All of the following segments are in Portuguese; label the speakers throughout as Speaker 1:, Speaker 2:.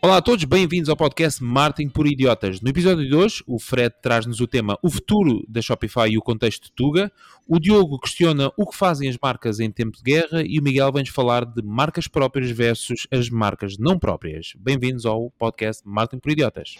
Speaker 1: Olá a todos, bem-vindos ao podcast Marketing por Idiotas. No episódio de hoje, o Fred traz-nos o tema O futuro da Shopify e o contexto de Tuga. O Diogo questiona o que fazem as marcas em tempo de guerra e o Miguel vem-nos falar de marcas próprias versus as marcas não próprias. Bem-vindos ao podcast Marketing por Idiotas.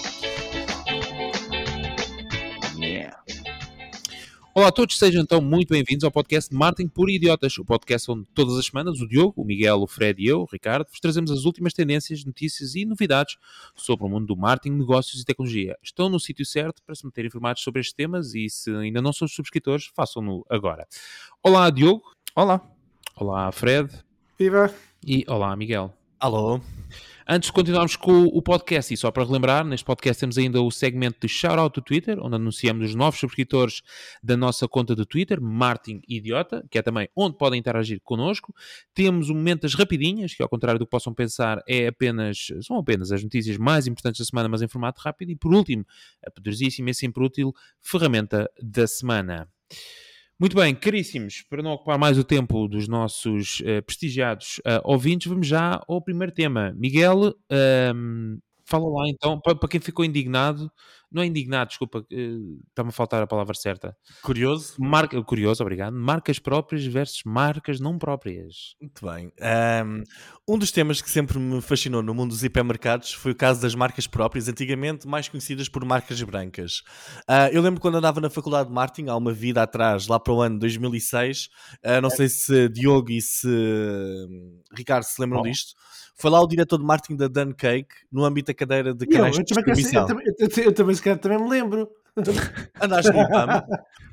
Speaker 1: Olá a todos, sejam então muito bem-vindos ao podcast Marketing por Idiotas, o podcast onde todas as semanas o Diogo, o Miguel, o Fred e eu, o Ricardo, vos trazemos as últimas tendências, notícias e novidades sobre o mundo do marketing, negócios e tecnologia. Estão no sítio certo para se manterem informados sobre estes temas e se ainda não são subscritores, façam-no agora. Olá Diogo.
Speaker 2: Olá.
Speaker 1: Olá Fred.
Speaker 3: Viva.
Speaker 1: E olá Miguel.
Speaker 2: Alô.
Speaker 1: Antes de continuarmos com o podcast, e só para relembrar, neste podcast temos ainda o segmento de Shoutout do Twitter, onde anunciamos os novos subscritores da nossa conta do Twitter, Marketing Idiota, que é também onde podem interagir connosco. Temos o momento das rapidinhas, que ao contrário do que possam pensar, são apenas as notícias mais importantes da semana, mas em formato rápido. E por último, a poderosíssima e sempre útil ferramenta da semana. Muito bem, caríssimos, para não ocupar mais o tempo dos nossos prestigiados ouvintes, vamos já ao primeiro tema. Miguel, fala lá então, para quem ficou indignado, não é indignado, desculpa, está-me a faltar a palavra certa.
Speaker 2: Curioso?
Speaker 1: Curioso, obrigado. Marcas próprias versus marcas não próprias.
Speaker 2: Muito bem. Um dos temas que sempre me fascinou no mundo dos hipermercados foi o caso das marcas próprias, antigamente mais conhecidas por marcas brancas. Eu lembro quando andava na faculdade de marketing, há uma vida atrás, lá para o ano 2006, não sei se Diogo e se Ricardo se lembram disto, foi lá o diretor de marketing da Dun Cake, no âmbito da cadeira de canais de distribuição.
Speaker 3: Eu também, se calhar, também me lembro.
Speaker 2: Andaste no IPAM?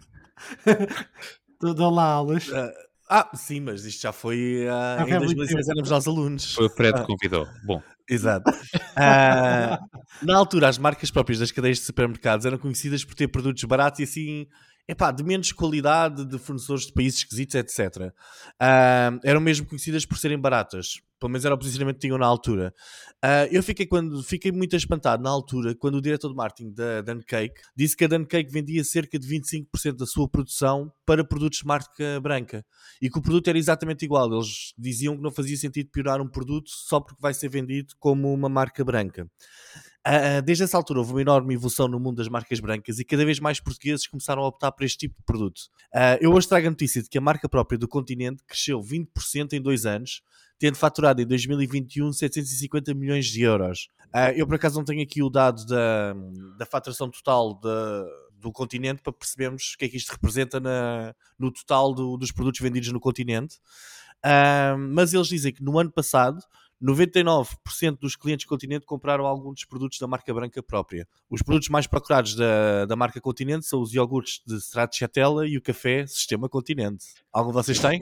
Speaker 3: Dou lá aulas.
Speaker 2: Sim, mas isto já foi em 2006, éramos nós alunos.
Speaker 1: Foi o Fred que convidou. Bom.
Speaker 2: Exato. Na altura, as marcas próprias das cadeias de supermercados eram conhecidas por ter produtos baratos e assim, de menos qualidade, de fornecedores de países esquisitos, etc. Eram mesmo conhecidas por serem baratas. Pelo menos era o posicionamento que tinham na altura. Eu fiquei muito espantado na altura quando o diretor de marketing da Dun Cake disse que a Dun Cake vendia cerca de 25% da sua produção para produtos de marca branca e que o produto era exatamente igual. Eles diziam que não fazia sentido piorar um produto só porque vai ser vendido como uma marca branca. Desde essa altura houve uma enorme evolução no mundo das marcas brancas e cada vez mais portugueses começaram a optar por este tipo de produto. Eu hoje trago a notícia de que a marca própria do Continente cresceu 20% em 2 anos, tendo faturado em 2021 750 milhões de euros. Eu por acaso não tenho aqui o dado da faturação total do Continente para percebermos o que é que isto representa no total dos produtos vendidos no Continente. Mas eles dizem que no ano passado 99% dos clientes do Continente compraram algum dos produtos da marca branca própria. Os produtos mais procurados da marca Continente são os iogurtes de Stracciatella e o café Sistema Continente. Algum de vocês tem?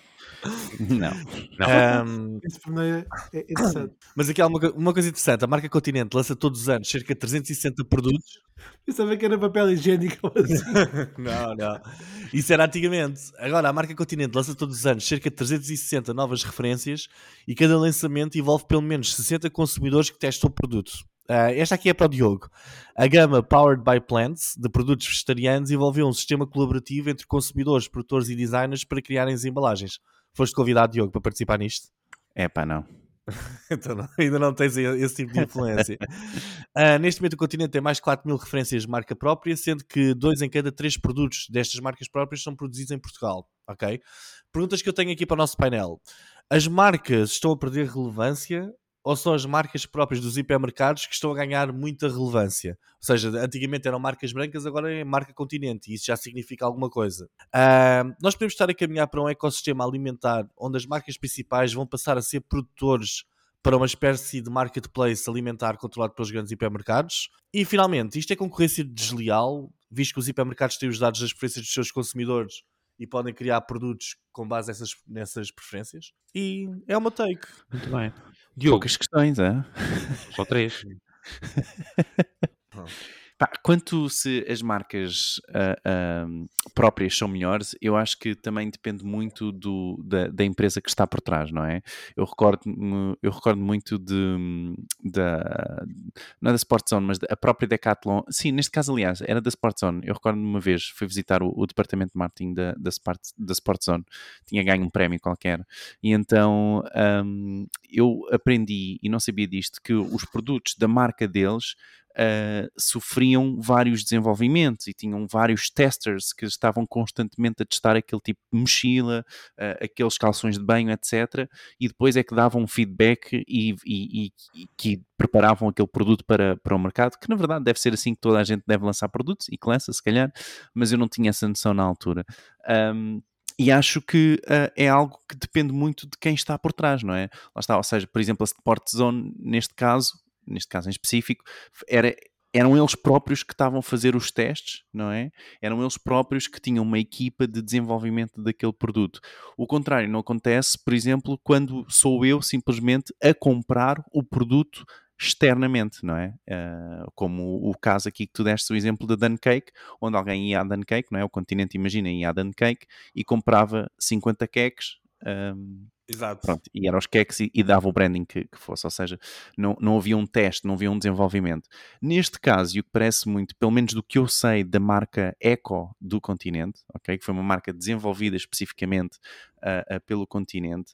Speaker 1: Não.
Speaker 3: Isso para mim é interessante.
Speaker 2: Mas aqui há uma coisa interessante. A marca Continente lança todos os anos cerca de 360 produtos.
Speaker 3: Eu sabia que era papel higiênico assim.
Speaker 2: Não. Isso era antigamente. Agora, a marca Continente lança todos os anos cerca de 360 novas referências e cada lançamento envolve pelo menos 60 consumidores que testam o produto. Esta aqui é para o Diogo. A gama Powered by Plants, de produtos vegetarianos, envolveu um sistema colaborativo entre consumidores, produtores e designers para criarem as embalagens. Foste convidado, Diogo, para participar nisto?
Speaker 4: Não.
Speaker 2: Então ainda não tens esse tipo de influência. Neste momento o Continente tem mais de 4.000 referências de marca própria, sendo que 2 em cada 3 produtos destas marcas próprias são produzidos em Portugal. Ok? Perguntas que eu tenho aqui para o nosso painel. As marcas estão a perder relevância ou são as marcas próprias dos hipermercados que estão a ganhar muita relevância? Ou seja, antigamente eram marcas brancas, agora é marca Continente, e isso já significa alguma coisa. Nós podemos estar a caminhar para um ecossistema alimentar onde as marcas principais vão passar a ser produtores para uma espécie de marketplace alimentar controlado pelos grandes hipermercados. E finalmente, isto é concorrência desleal, visto que os hipermercados têm os dados das preferências dos seus consumidores e podem criar produtos com base nessas preferências. E é uma take.
Speaker 1: Muito bem. Diogo,
Speaker 4: Poucas questões, é?
Speaker 1: só 3.
Speaker 2: Pá, quanto se as marcas próprias são melhores, eu acho que também depende muito da empresa que está por trás, não é? Eu recordo muito não é da Sport Zone, mas a própria Decathlon. Sim, neste caso, aliás, era da Sport Zone. Eu recordo uma vez, fui visitar o departamento de marketing da Sport Zone. Tinha ganho um prémio qualquer. E então eu aprendi, e não sabia disto, que os produtos da marca deles sofriam vários desenvolvimentos e tinham vários testers que estavam constantemente a testar aquele tipo de mochila, aqueles calções de banho, etc. E depois é que davam um feedback e que preparavam aquele produto para o mercado, que na verdade deve ser assim que toda a gente deve lançar produtos, e que lança, se calhar, mas eu não tinha essa noção na altura. E acho que é algo que depende muito de quem está por trás, não é? Lá está, ou seja, por exemplo, a Sport Zone, neste caso em específico, eram eles próprios que estavam a fazer os testes, não é? Eram eles próprios que tinham uma equipa de desenvolvimento daquele produto. O contrário não acontece, por exemplo, quando sou eu simplesmente a comprar o produto externamente, não é? Como o caso aqui que tu deste o exemplo da Duncake, onde alguém ia à Duncake, não é? O Continente, imagina, ia à Duncake e comprava 50 cakes.
Speaker 4: Exato.
Speaker 2: Pronto, e eram os cakes e dava o branding que fosse, ou seja, não havia um teste, não havia um desenvolvimento. Neste caso, e o que parece muito, pelo menos do que eu sei da marca Eco do Continente, okay, que foi uma marca desenvolvida especificamente pelo Continente,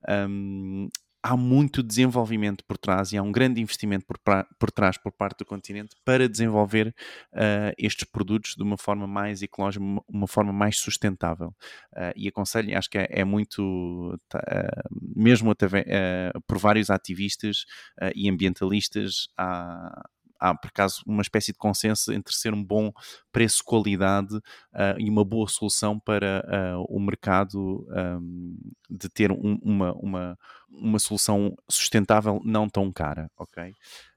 Speaker 2: há muito desenvolvimento por trás e há um grande investimento por trás por parte do Continente para desenvolver estes produtos de uma forma mais ecológica, uma forma mais sustentável. E aconselho, acho que é muito, mesmo por vários ativistas e ambientalistas, há por acaso uma espécie de consenso entre ser um bom preço-qualidade e uma boa solução para o mercado de ter uma solução sustentável não tão cara, ok?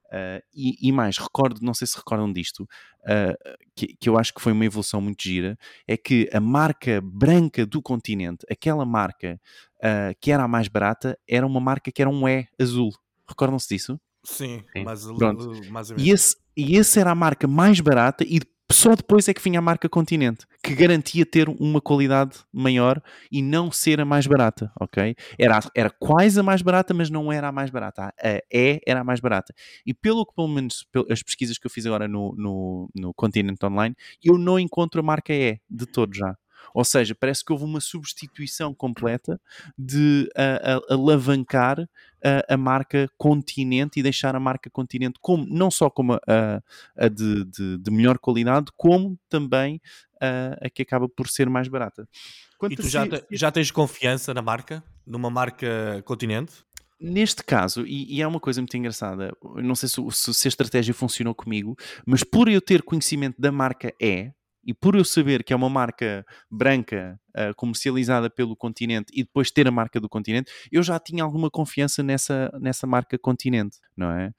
Speaker 2: E mais, não sei se recordam disto, que eu acho que foi uma evolução muito gira, é que a marca branca do Continente, aquela marca que era a mais barata, era uma marca que era um E azul. Recordam-se disso?
Speaker 4: Sim,
Speaker 1: Sim.
Speaker 4: mais ou
Speaker 2: E
Speaker 4: menos.
Speaker 2: esse era a marca mais barata e só depois é que vinha a marca Continente, que garantia ter uma qualidade maior e não ser a mais barata, ok? Era quase a mais barata, mas não era a mais barata. A E era a mais barata. E pelo menos, as pesquisas que eu fiz agora no Continente Online, eu não encontro a marca E de todo já. Ou seja, parece que houve uma substituição completa de alavancar a marca Continente e deixar a marca Continente não só como a de melhor qualidade, como também a que acaba por ser mais barata.
Speaker 4: E tu já tens confiança na marca? Numa marca Continente?
Speaker 2: Neste caso, e é uma coisa muito engraçada, eu não sei se a estratégia funcionou comigo, mas por eu ter conhecimento da marca e por eu saber que é uma marca branca comercializada pelo Continente e depois ter a marca do Continente, eu já tinha alguma confiança nessa marca Continente, não é?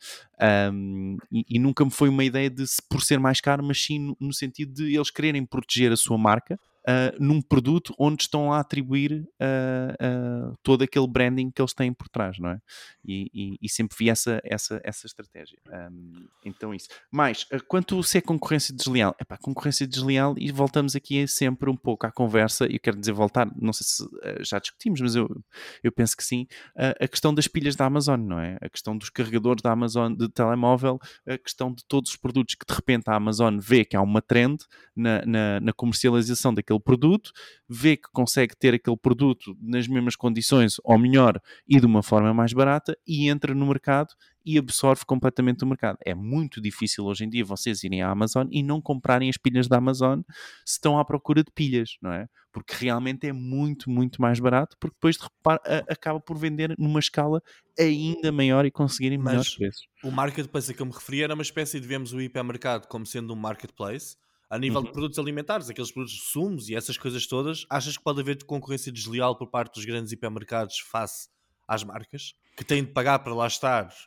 Speaker 2: E nunca me foi uma ideia por ser mais caro, mas sim no sentido de eles quererem proteger a sua marca num produto onde estão a atribuir todo aquele branding que eles têm por trás, não é? E sempre vi essa estratégia. Então isso. Mas, quanto se é concorrência desleal? Concorrência desleal, e voltamos aqui sempre um pouco à conversa, e eu quero dizer voltar, não sei se já discutimos, mas eu penso que sim, a questão das pilhas da Amazon, não é? A questão dos carregadores da Amazon de telemóvel, a questão de todos os produtos que de repente a Amazon vê que há uma trend na comercialização daquele produto, vê que consegue ter aquele produto nas mesmas condições ou melhor e de uma forma mais barata e entra no mercado e absorve completamente o mercado. É muito difícil hoje em dia vocês irem à Amazon e não comprarem as pilhas da Amazon se estão à procura de pilhas, não é? Porque realmente é muito, muito mais barato, porque depois acaba por vender numa escala ainda maior e conseguirem melhores preços.
Speaker 4: O marketplace a que eu me referi era uma espécie de vemos o hipermercado como sendo um marketplace. A nível de produtos alimentares, aqueles produtos de sumos e essas coisas todas, achas que pode haver concorrência desleal por parte dos grandes hipermercados face às marcas? Que têm de pagar para lá estar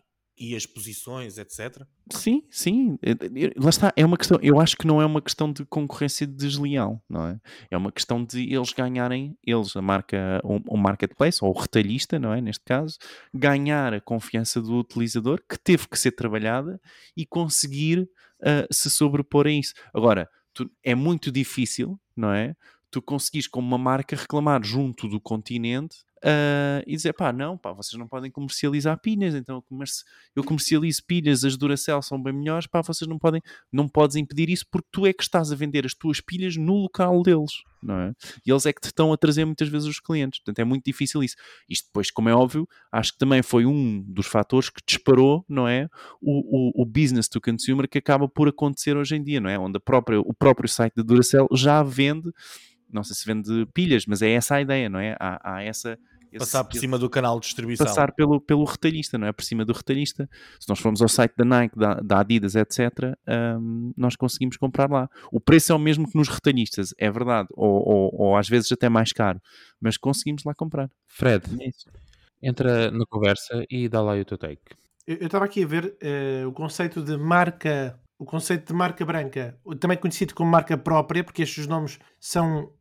Speaker 4: e as posições, etc.
Speaker 5: Sim, sim. Lá está, é uma questão. Eu acho que não é uma questão de concorrência desleal, não é? É uma questão de eles ganharem, a marca, o marketplace, ou o retalhista, não é? Neste caso, ganhar a confiança do utilizador, que teve que ser trabalhada, e conseguir se sobrepor a isso. Agora, é muito difícil, não é? Tu conseguires, como uma marca, reclamar junto do continente e dizer, pá, não, pá, vocês não podem comercializar pilhas, então eu comercializo pilhas, as Duracell são bem melhores, pá, vocês não podes impedir isso, porque tu é que estás a vender as tuas pilhas no local deles, não é? E eles é que te estão a trazer muitas vezes os clientes, portanto é muito difícil isso. Isto depois, como é óbvio, acho que também foi um dos fatores que disparou, não é? O business to consumer que acaba por acontecer hoje em dia, não é? Onde o próprio site da Duracell já vende, não sei se vende pilhas, mas é essa a ideia, não é? Há essa...
Speaker 4: Passar por cima do canal de distribuição.
Speaker 5: Passar pelo retalhista, não é? Por cima do retalhista. Se nós formos ao site da Nike, da Adidas, etc., nós conseguimos comprar lá. O preço é o mesmo que nos retalhistas, é verdade. Ou às vezes até mais caro. Mas conseguimos lá comprar.
Speaker 1: Fred,
Speaker 5: É isso.
Speaker 1: entra na conversa e dá lá o teu take.
Speaker 3: Eu estava aqui a ver o conceito de marca branca, também conhecido como marca própria, porque estes nomes são...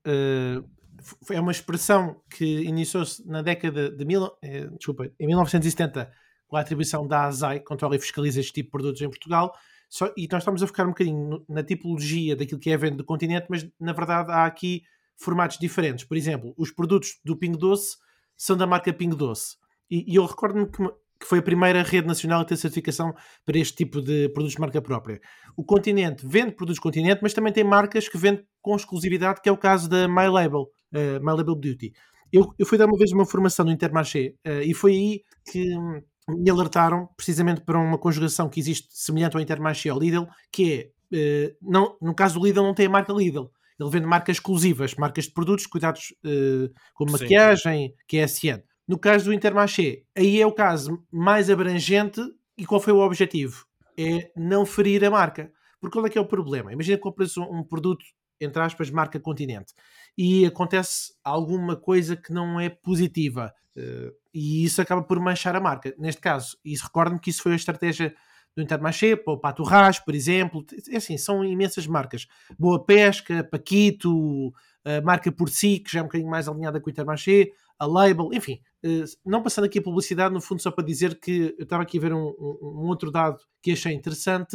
Speaker 3: é uma expressão que iniciou-se na década de em 1970, com a atribuição da ASAI, controla e fiscaliza este tipo de produtos em Portugal. E nós estamos a focar um bocadinho na tipologia daquilo que é a venda do continente, mas na verdade há aqui formatos diferentes. Por exemplo, os produtos do Pingo Doce são da marca Pingo Doce. E eu recordo-me que foi a primeira rede nacional a ter certificação para este tipo de produtos de marca própria. O Continente vende produtos Continente, mas também tem marcas que vendem com exclusividade, que é o caso da My Label Beauty. Eu fui dar uma vez uma formação no Intermarché e foi aí que me alertaram precisamente para uma conjugação que existe semelhante ao Intermarché ao Lidl, que é, no caso do Lidl não tem a marca Lidl. Ele vende marcas exclusivas, marcas de produtos, cuidados com maquiagem, que é SN. No caso do Intermarché, aí é o caso mais abrangente. E qual foi o objetivo? É não ferir a marca. Porque qual é que é o problema? Imagina que compras um produto, entre aspas, marca Continente, e acontece alguma coisa que não é positiva. E isso acaba por manchar a marca. Neste caso, recordo-me que isso foi a estratégia do Intermarché, para o Pato Ras, por exemplo. É assim, são imensas marcas. Boa Pesca, Paquito, a marca Por Si, que já é um bocadinho mais alinhada com o Intermarché, a Label, enfim. Não passando aqui a publicidade, no fundo só para dizer que eu estava aqui a ver um outro dado que achei interessante,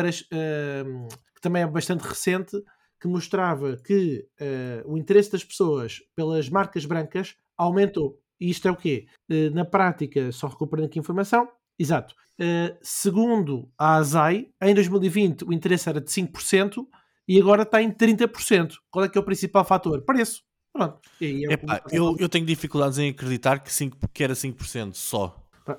Speaker 3: que também é bastante recente, que mostrava que o interesse das pessoas pelas marcas brancas aumentou. E isto é o quê? Na prática, só recuperando aqui informação, exato. Segundo a ASAI, em 2020 o interesse era de 5% e agora está em 30%. Qual é que é o principal fator? Preço. Pronto.
Speaker 4: Eu tenho dificuldades em acreditar que era 5% só.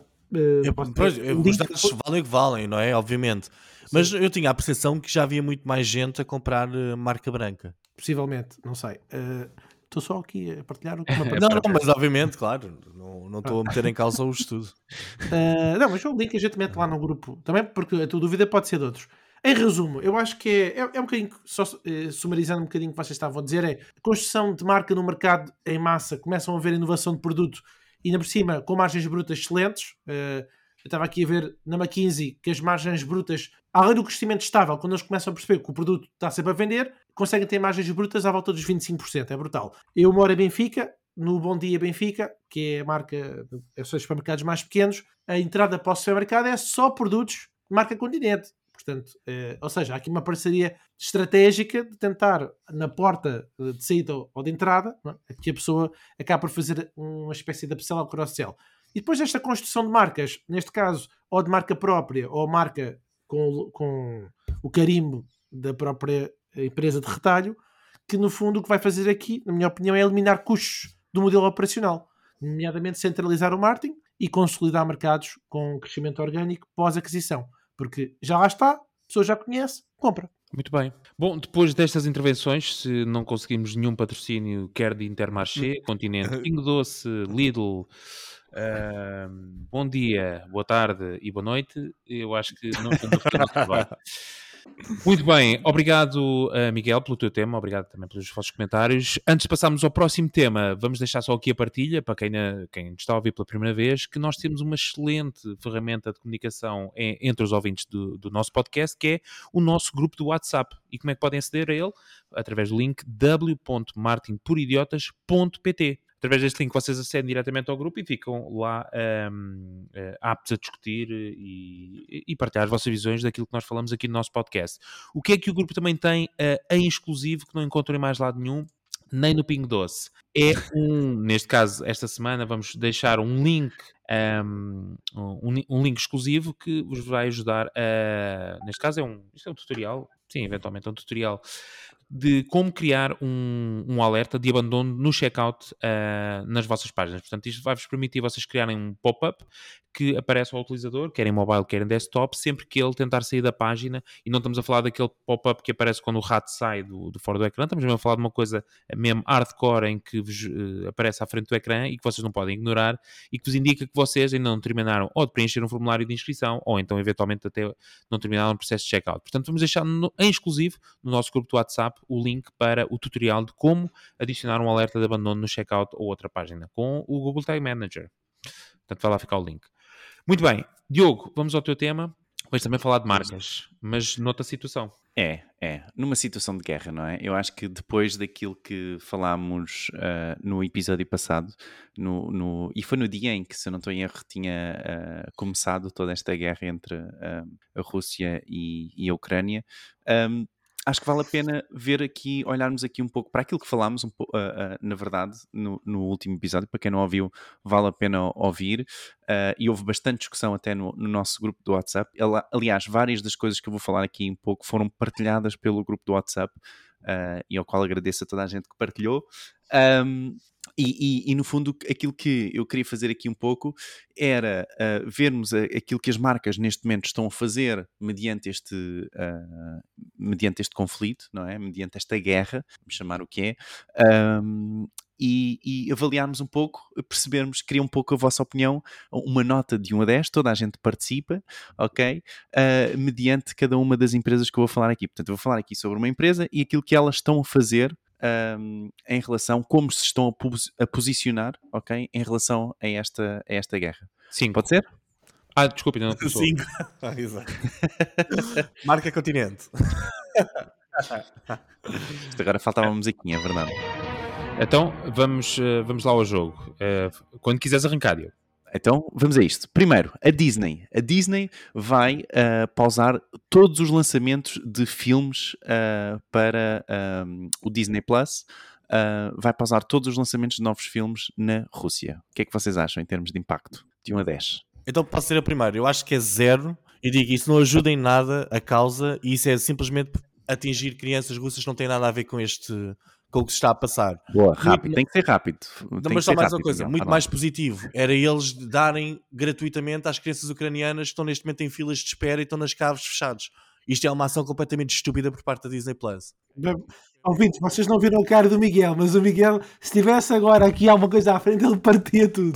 Speaker 4: Os dados valem o que valem, não é? Obviamente. Mas sim, eu tinha a percepção que já havia muito mais gente a comprar marca branca.
Speaker 3: Possivelmente, não sei. Estou só aqui a partilhar o que me
Speaker 4: Não, mas obviamente, claro, não estou a meter em causa o estudo.
Speaker 3: Não, mas o link a gente mete lá no grupo também, porque a tua dúvida pode ser de outros. Em resumo, eu acho que é um bocadinho, só sumarizando um bocadinho o que vocês estavam a dizer, é a construção de marca no mercado em massa, começam a haver inovação de produto e ainda por cima com margens brutas excelentes. Eu estava aqui a ver na McKinsey que as margens brutas, além do crescimento estável, quando eles começam a perceber que o produto está sempre a vender, conseguem ter margens brutas à volta dos 25%, é brutal. Eu moro em Benfica, no Bom Dia Benfica, que é a marca, são os supermercados mais pequenos, a entrada para o supermercado é só produtos de marca Continente. Portanto, ou seja, há aqui uma parceria estratégica de tentar, na porta de saída ou de entrada, não é? Que a pessoa acaba por fazer uma espécie de upsell ou cross-sell. E depois desta construção de marcas, neste caso, ou de marca própria, ou marca com o carimbo da própria empresa de retalho, que no fundo o que vai fazer aqui, na minha opinião, é eliminar custos do modelo operacional, nomeadamente centralizar o marketing e consolidar mercados com crescimento orgânico pós-aquisição. Porque já lá está, a pessoa já conhece, compra.
Speaker 1: Muito bem. Bom, depois destas intervenções, se não conseguimos nenhum patrocínio, quer de Intermarché, Continente, Pingo Doce, Lidl, bom dia, boa tarde e boa noite, eu acho que não fomos o nosso trabalho. Muito bem, obrigado Miguel pelo teu tema, obrigado também pelos vossos comentários. Antes de passarmos ao próximo tema, vamos deixar só aqui a partilha para quem está a ouvir pela primeira vez, que nós temos uma excelente ferramenta de comunicação entre os ouvintes do nosso podcast, que é o nosso grupo do WhatsApp. E como é que podem aceder a ele? Através do link w.martinporidiotas.pt. Através deste link vocês acedem diretamente ao grupo e ficam lá aptos a discutir e partilhar as vossas visões daquilo que nós falamos aqui no nosso podcast. O que é que o grupo também tem em exclusivo que não encontram em mais lado nenhum, nem no Pingo Doce? É neste caso, esta semana vamos deixar um link um link exclusivo que vos vai ajudar neste caso isto é um tutorial, sim, eventualmente é um tutorial de como criar um alerta de abandono no checkout nas vossas páginas. Portanto, isto vai-vos permitir vocês criarem um pop-up que aparece ao utilizador, quer em mobile, quer em desktop, sempre que ele tentar sair da página, e não estamos a falar daquele pop-up que aparece quando o rato sai do fora do ecrã, estamos mesmo a falar de uma coisa mesmo hardcore em que vos aparece à frente do ecrã e que vocês não podem ignorar e que vos indica que vocês ainda não terminaram ou de preencher um formulário de inscrição ou então eventualmente até não terminaram o processo de checkout. Portanto, vamos deixar em exclusivo no nosso grupo do WhatsApp o link para o tutorial de como adicionar um alerta de abandono no checkout ou outra página com o Google Tag Manager. Portanto, vai lá ficar o link. Muito bem. Diogo, vamos ao teu tema. Vais também falar de marcas, mas noutra situação.
Speaker 5: Numa situação de guerra, não é? Eu acho que depois daquilo que falámos no episódio passado, e foi no dia em que, se eu não estou em erro, tinha começado toda esta guerra entre a Rússia e a Ucrânia, acho que vale a pena olharmos aqui um pouco para aquilo que falámos, na verdade, no último episódio. Para quem não ouviu, vale a pena ouvir. E houve bastante discussão até no nosso grupo do WhatsApp. Aliás, várias das coisas que eu vou falar aqui um pouco foram partilhadas pelo grupo do WhatsApp, e ao qual agradeço a toda a gente que partilhou. E no fundo aquilo que eu queria fazer aqui um pouco era vermos aquilo que as marcas neste momento estão a fazer mediante este conflito, não é? Mediante esta guerra, vamos chamar o que é, e avaliarmos um pouco, queria um pouco a vossa opinião, uma nota de 1 a 10, toda a gente participa, ok? Mediante cada uma das empresas que eu vou falar aqui. Portanto, eu vou falar aqui sobre uma empresa e aquilo que elas estão a fazer em relação, como se estão a posicionar, ok? Em relação a esta guerra.
Speaker 1: Sim.
Speaker 5: Pode ser?
Speaker 1: Desculpe, não começou.
Speaker 2: 5. Exato. Marca Continente.
Speaker 5: Isto agora faltava uma musiquinha, é verdade.
Speaker 1: Então, vamos lá ao jogo. Quando quiseres arrancar, Diogo.
Speaker 5: Então, vamos a isto. Primeiro, a Disney. A Disney vai pausar todos os lançamentos de filmes para o Disney Plus. Vai pausar todos os lançamentos de novos filmes na Rússia. O que é que vocês acham em termos de impacto? De 1 a 10.
Speaker 2: Então posso ser a primeira. Eu acho que é 0. E digo, isso não ajuda em nada a causa, e isso é simplesmente atingir crianças russas que não tem nada a ver com o que se está a passar.
Speaker 5: Boa, rápido. Tem que ser rápido.
Speaker 2: Mas só mais uma coisa, muito mais positivo. Era eles darem gratuitamente às crianças ucranianas que estão neste momento em filas de espera e estão nas caves fechados. Isto é uma ação completamente estúpida por parte da Disney Plus.
Speaker 3: Ouvintes, vocês não viram a cara do Miguel, mas o Miguel, se tivesse agora aqui alguma coisa à frente, ele partia tudo.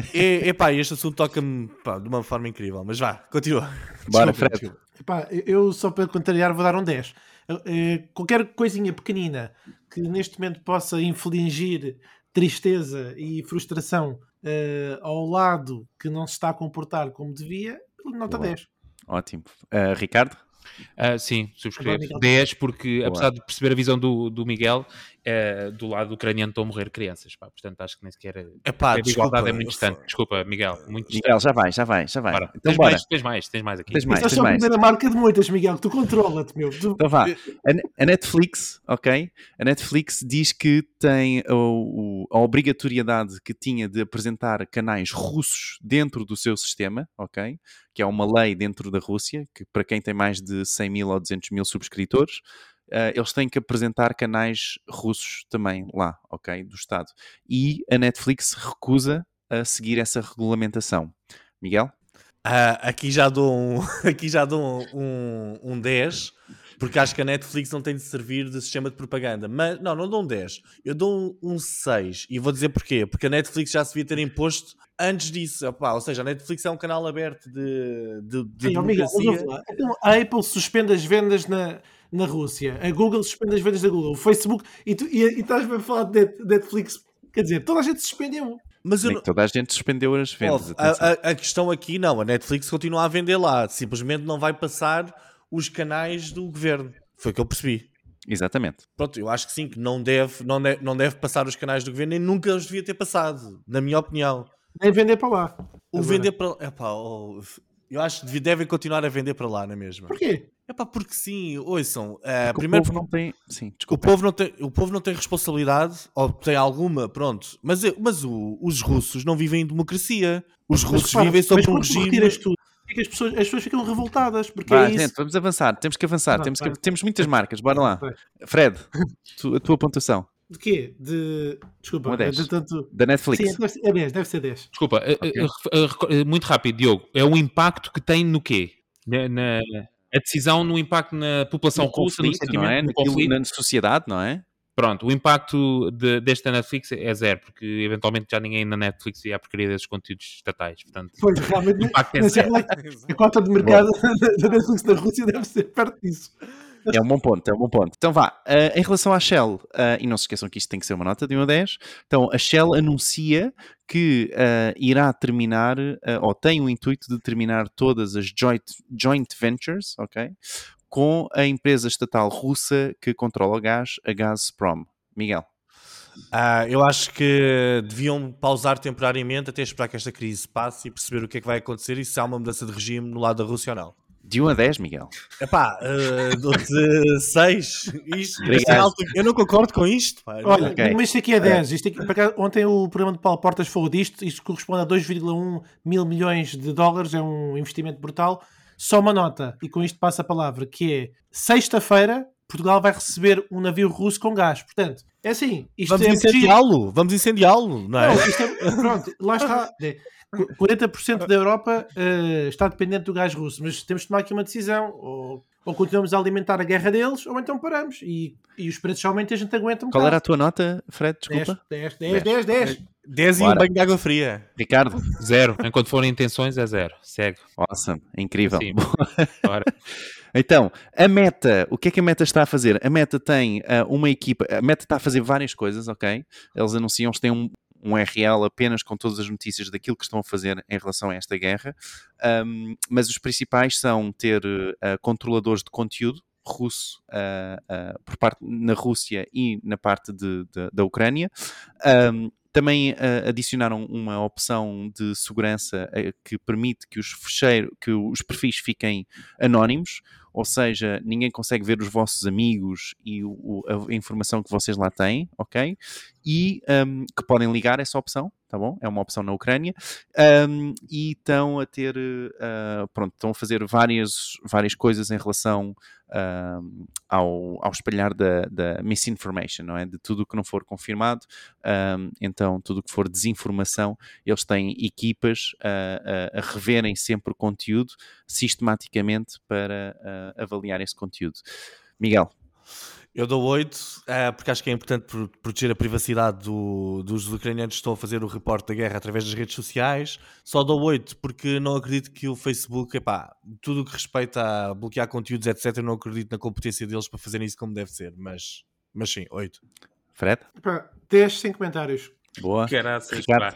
Speaker 2: Este assunto toca-me de uma forma incrível. Mas vá, continua.
Speaker 5: Bora, Fred.
Speaker 3: Eu só para contrariar vou dar um 10. Qualquer coisinha pequenina que neste momento possa infligir tristeza e frustração ao lado que não se está a comportar como devia, nota 10.
Speaker 5: Ótimo. Ricardo?
Speaker 1: Sim, subscrevo. 10, porque apesar de perceber a visão do Miguel, do lado ucraniano estão a morrer crianças. Portanto, acho que nem sequer a igualdade é muito distante. Desculpa, Miguel. Muito distante.
Speaker 5: Miguel, já vai.
Speaker 1: Bora.
Speaker 5: Então,
Speaker 1: tens mais aqui.
Speaker 3: Essa é só a primeira marca de muitas, Miguel. Tu controla-te, meu.
Speaker 5: Então vá. A Netflix, ok? A Netflix diz que tem a obrigatoriedade que tinha de apresentar canais russos dentro do seu sistema, ok? Que é uma lei dentro da Rússia, que para quem tem mais de 100 mil ou 200 mil subscritores, eles têm que apresentar canais russos também lá, ok? Do Estado. E a Netflix recusa a seguir essa regulamentação. Miguel?
Speaker 2: Aqui já dou um 10, Porque acho que a Netflix não tem de servir de sistema de propaganda. Mas não dou um 10. Eu dou um 6. E vou dizer porquê. Porque a Netflix já se devia ter imposto antes disso. Opa, ou seja, a Netflix é um canal aberto de democracia.
Speaker 3: Miguel, então a Apple suspende as vendas na Rússia. A Google suspende as vendas da Google. O Facebook... E estás-me a falar de Netflix... Quer dizer, toda a gente suspendeu.
Speaker 5: Mas toda a gente suspendeu as vendas.
Speaker 2: A questão aqui não, a Netflix continua a vender lá, simplesmente não vai passar os canais do governo. Foi o que eu percebi.
Speaker 5: Exatamente.
Speaker 2: Pronto, eu acho que sim, que não deve passar os canais do governo, nem nunca os devia ter passado, na minha opinião.
Speaker 3: Nem vender para lá.
Speaker 2: Vender para eu acho que devem continuar a vender para lá, não é mesmo?
Speaker 3: Porquê?
Speaker 2: Porque sim, ouçam.
Speaker 5: Primeiro, o povo não tem... Sim, desculpa.
Speaker 2: O povo não tem responsabilidade, ou tem alguma, pronto. Mas os russos não vivem em democracia. Os russos vivem sob um regime...
Speaker 3: As pessoas ficam revoltadas. Porque
Speaker 5: gente, vamos avançar. Temos que avançar. Temos muitas marcas. Bora lá. Fred, a tua pontuação.
Speaker 3: De quê? Desculpa.
Speaker 5: Da Netflix.
Speaker 3: Sim, deve ser 10.
Speaker 1: Desculpa. Okay. Muito rápido, Diogo. É o impacto que tem no quê? A decisão no impacto na população russa, no sentimento,
Speaker 5: não é?
Speaker 1: no conflito.
Speaker 5: Na sociedade, não é?
Speaker 1: Pronto, o impacto desta Netflix é zero, porque eventualmente já ninguém na Netflix ia à porcaria desses conteúdos estatais. Portanto,
Speaker 3: pois, realmente, o impacto é zero. A cota de mercado da Netflix na Rússia deve ser perto disso.
Speaker 5: É um bom ponto. Então vá, em relação à Shell, e não se esqueçam que isto tem que ser uma nota de 1 a 10, então a Shell anuncia que irá terminar, ou tem o intuito de terminar todas as joint ventures, ok? Com a empresa estatal russa que controla o gás, a Gazprom. Miguel?
Speaker 2: Eu acho que deviam pausar temporariamente até esperar que esta crise passe e perceber o que é que vai acontecer e se há uma mudança de regime no lado da Rússia ou não.
Speaker 5: De 1 a 10, Miguel?
Speaker 2: Dou-te 6. Eu não concordo com isto. Pá.
Speaker 3: Olha, mas isto aqui é 10. Ontem o programa de Paulo Portas falou disto. Isto corresponde a 2,1 mil milhões de dólares. É um investimento brutal. Só uma nota, e com isto passa a palavra, que é sexta-feira Portugal vai receber um navio russo com gás. Portanto, é assim.
Speaker 2: Vamos incendiá-lo, não é?
Speaker 3: Pronto, lá está. 40% da Europa está dependente do gás russo, mas temos de tomar aqui uma decisão. Ou continuamos a alimentar a guerra deles, ou então paramos. E os preços aumentam e a gente aguenta um bocado.
Speaker 5: Qual era a tua nota, Fred? Desculpa.
Speaker 3: 10.
Speaker 2: 10 e um banho de água fria.
Speaker 5: Ricardo?
Speaker 1: 0. Enquanto forem intenções, é 0. Segue.
Speaker 5: Awesome. Incrível.
Speaker 1: Sim. Bora.
Speaker 5: Então, a Meta, o que é que a Meta está a fazer? A Meta tem uma equipa, a Meta está a fazer várias coisas, ok? Eles anunciam que têm um URL apenas com todas as notícias daquilo que estão a fazer em relação a esta guerra, mas os principais são ter controladores de conteúdo russo por parte na Rússia e na parte da Ucrânia. Também adicionaram uma opção de segurança que permite que os perfis fiquem anónimos, ou seja, ninguém consegue ver os vossos amigos e a informação que vocês lá têm, ok? E que podem ligar essa opção, tá bom? É uma opção na Ucrânia. E estão a ter, estão a fazer várias coisas em relação ao espalhar da misinformation, não é? De tudo o que não for confirmado. Então, tudo o que for desinformação, eles têm equipas a reverem sempre o conteúdo sistematicamente para avaliar esse conteúdo. Miguel?
Speaker 2: Eu dou 8, porque acho que é importante proteger a privacidade dos ucranianos que estão a fazer o reporte da guerra através das redes sociais. Só dou 8 porque não acredito que o Facebook, tudo o que respeita a bloquear conteúdos, etc., eu não acredito na competência deles para fazerem isso como deve ser. Mas sim, 8.
Speaker 5: Fred?
Speaker 3: 10 sem comentários.
Speaker 5: Boa.
Speaker 1: Caraças,
Speaker 5: Ricardo?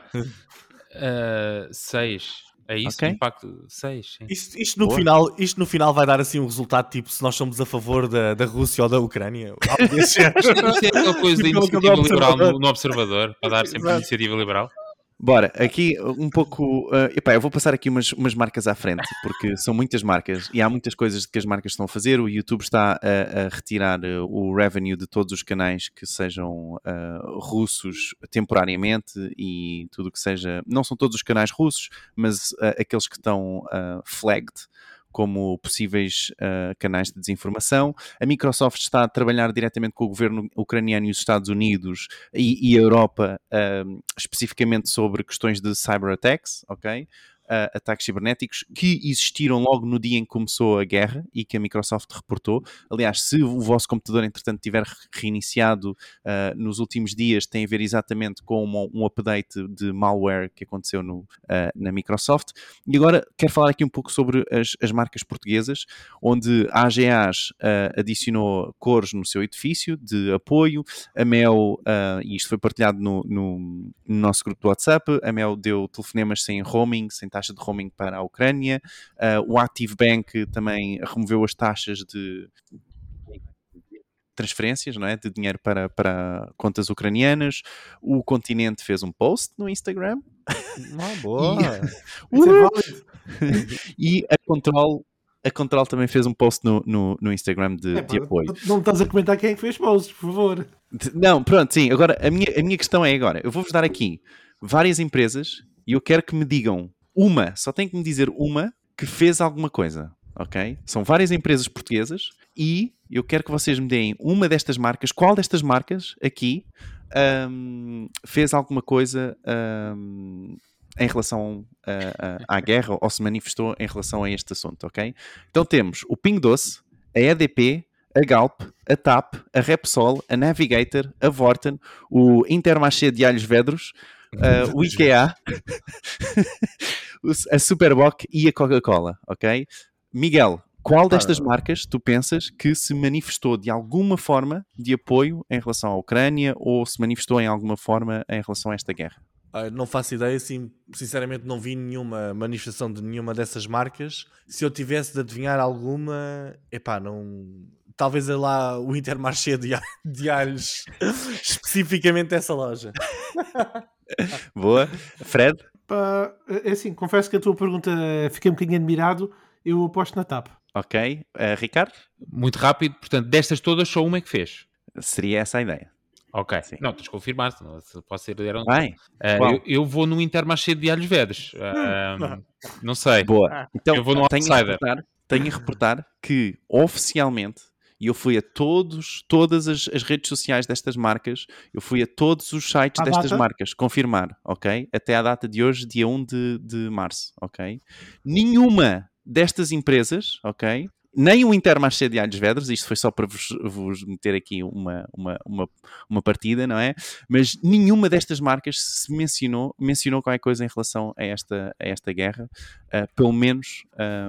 Speaker 1: 6. É isso,
Speaker 5: okay.
Speaker 1: Impacto 6.
Speaker 2: Isto no final vai dar assim um resultado tipo se nós somos a favor da Rússia ou da Ucrânia.
Speaker 1: Isto é aquela coisa da iniciativa liberal no Observador, para dar sempre iniciativa liberal.
Speaker 5: Bora, aqui um pouco... eu vou passar aqui umas marcas à frente, porque são muitas marcas e há muitas coisas que as marcas estão a fazer. O YouTube está a retirar o revenue de todos os canais que sejam russos temporariamente e tudo que seja... Não são todos os canais russos, mas aqueles que estão flagged como possíveis canais de desinformação. A Microsoft está a trabalhar diretamente com o governo ucraniano e os Estados Unidos e a Europa, especificamente sobre questões de cyberattacks, ok? ataques cibernéticos que existiram logo no dia em que começou a guerra e que a Microsoft reportou. Aliás, se o vosso computador, entretanto, tiver reiniciado nos últimos dias, tem a ver exatamente com um update de malware que aconteceu na Microsoft. E agora quero falar aqui um pouco sobre as marcas portuguesas, onde a AGAs adicionou cores no seu edifício de apoio. A Mel, e isto foi partilhado no nosso grupo do WhatsApp, a Mel deu telefonemas sem roaming, sem taxa de roaming para a Ucrânia. O Active Bank também removeu as taxas de transferências, não é? De dinheiro para contas ucranianas. O Continente fez um post no Instagram.
Speaker 2: Boa!
Speaker 5: E a Control também fez um post no Instagram de apoio.
Speaker 3: Não estás a comentar quem é que fez posts, por favor.
Speaker 5: Não, pronto, sim. Agora, a minha questão é agora. Eu vou-vos dar aqui várias empresas e eu quero que me digam só tem que me dizer uma que fez alguma coisa, ok? São várias empresas portuguesas e eu quero que vocês me deem uma destas marcas. Qual destas marcas aqui fez alguma coisa em relação à guerra ou se manifestou em relação a este assunto, ok? Então temos o Pingo Doce, a EDP, a Galp, a TAP, a Repsol, a Navigator, a Vorten, o Intermarché de Alhos Vedros, o IKEA, a Superboc e a Coca-Cola, ok? Miguel, qual destas marcas tu pensas que se manifestou de alguma forma de apoio em relação à Ucrânia ou se manifestou em alguma forma em relação a esta guerra?
Speaker 2: Não faço ideia, sinceramente não vi nenhuma manifestação de nenhuma dessas marcas. Se eu tivesse de adivinhar alguma, não... Talvez é lá o Intermarché de Alhos, especificamente essa loja.
Speaker 5: Boa. Fred?
Speaker 3: É assim, confesso que a tua pergunta fiquei um bocadinho admirado. Eu aposto na TAP.
Speaker 5: Ok. Ricardo?
Speaker 1: Muito rápido. Portanto, destas todas, só uma é que fez.
Speaker 5: Seria essa a ideia.
Speaker 1: Ok.
Speaker 5: Sim.
Speaker 1: Não, tens de confirmar, senão pode ser...
Speaker 5: Eu
Speaker 1: vou no Intermarché de Alhos Vedros. Não sei.
Speaker 5: Boa. Então,
Speaker 1: eu vou no Outsider.
Speaker 5: Tenho a reportar que, oficialmente, e eu fui a todas as redes sociais destas marcas, eu fui a todos os sites destas marcas confirmar, ok? Até à data de hoje, dia 1 de março, ok? Nenhuma destas empresas, ok? Nem o Intermarché de Alhos Vedros, isto foi só para vos meter aqui uma partida, não é? Mas nenhuma destas marcas se mencionou qualquer coisa em relação a esta guerra, pelo menos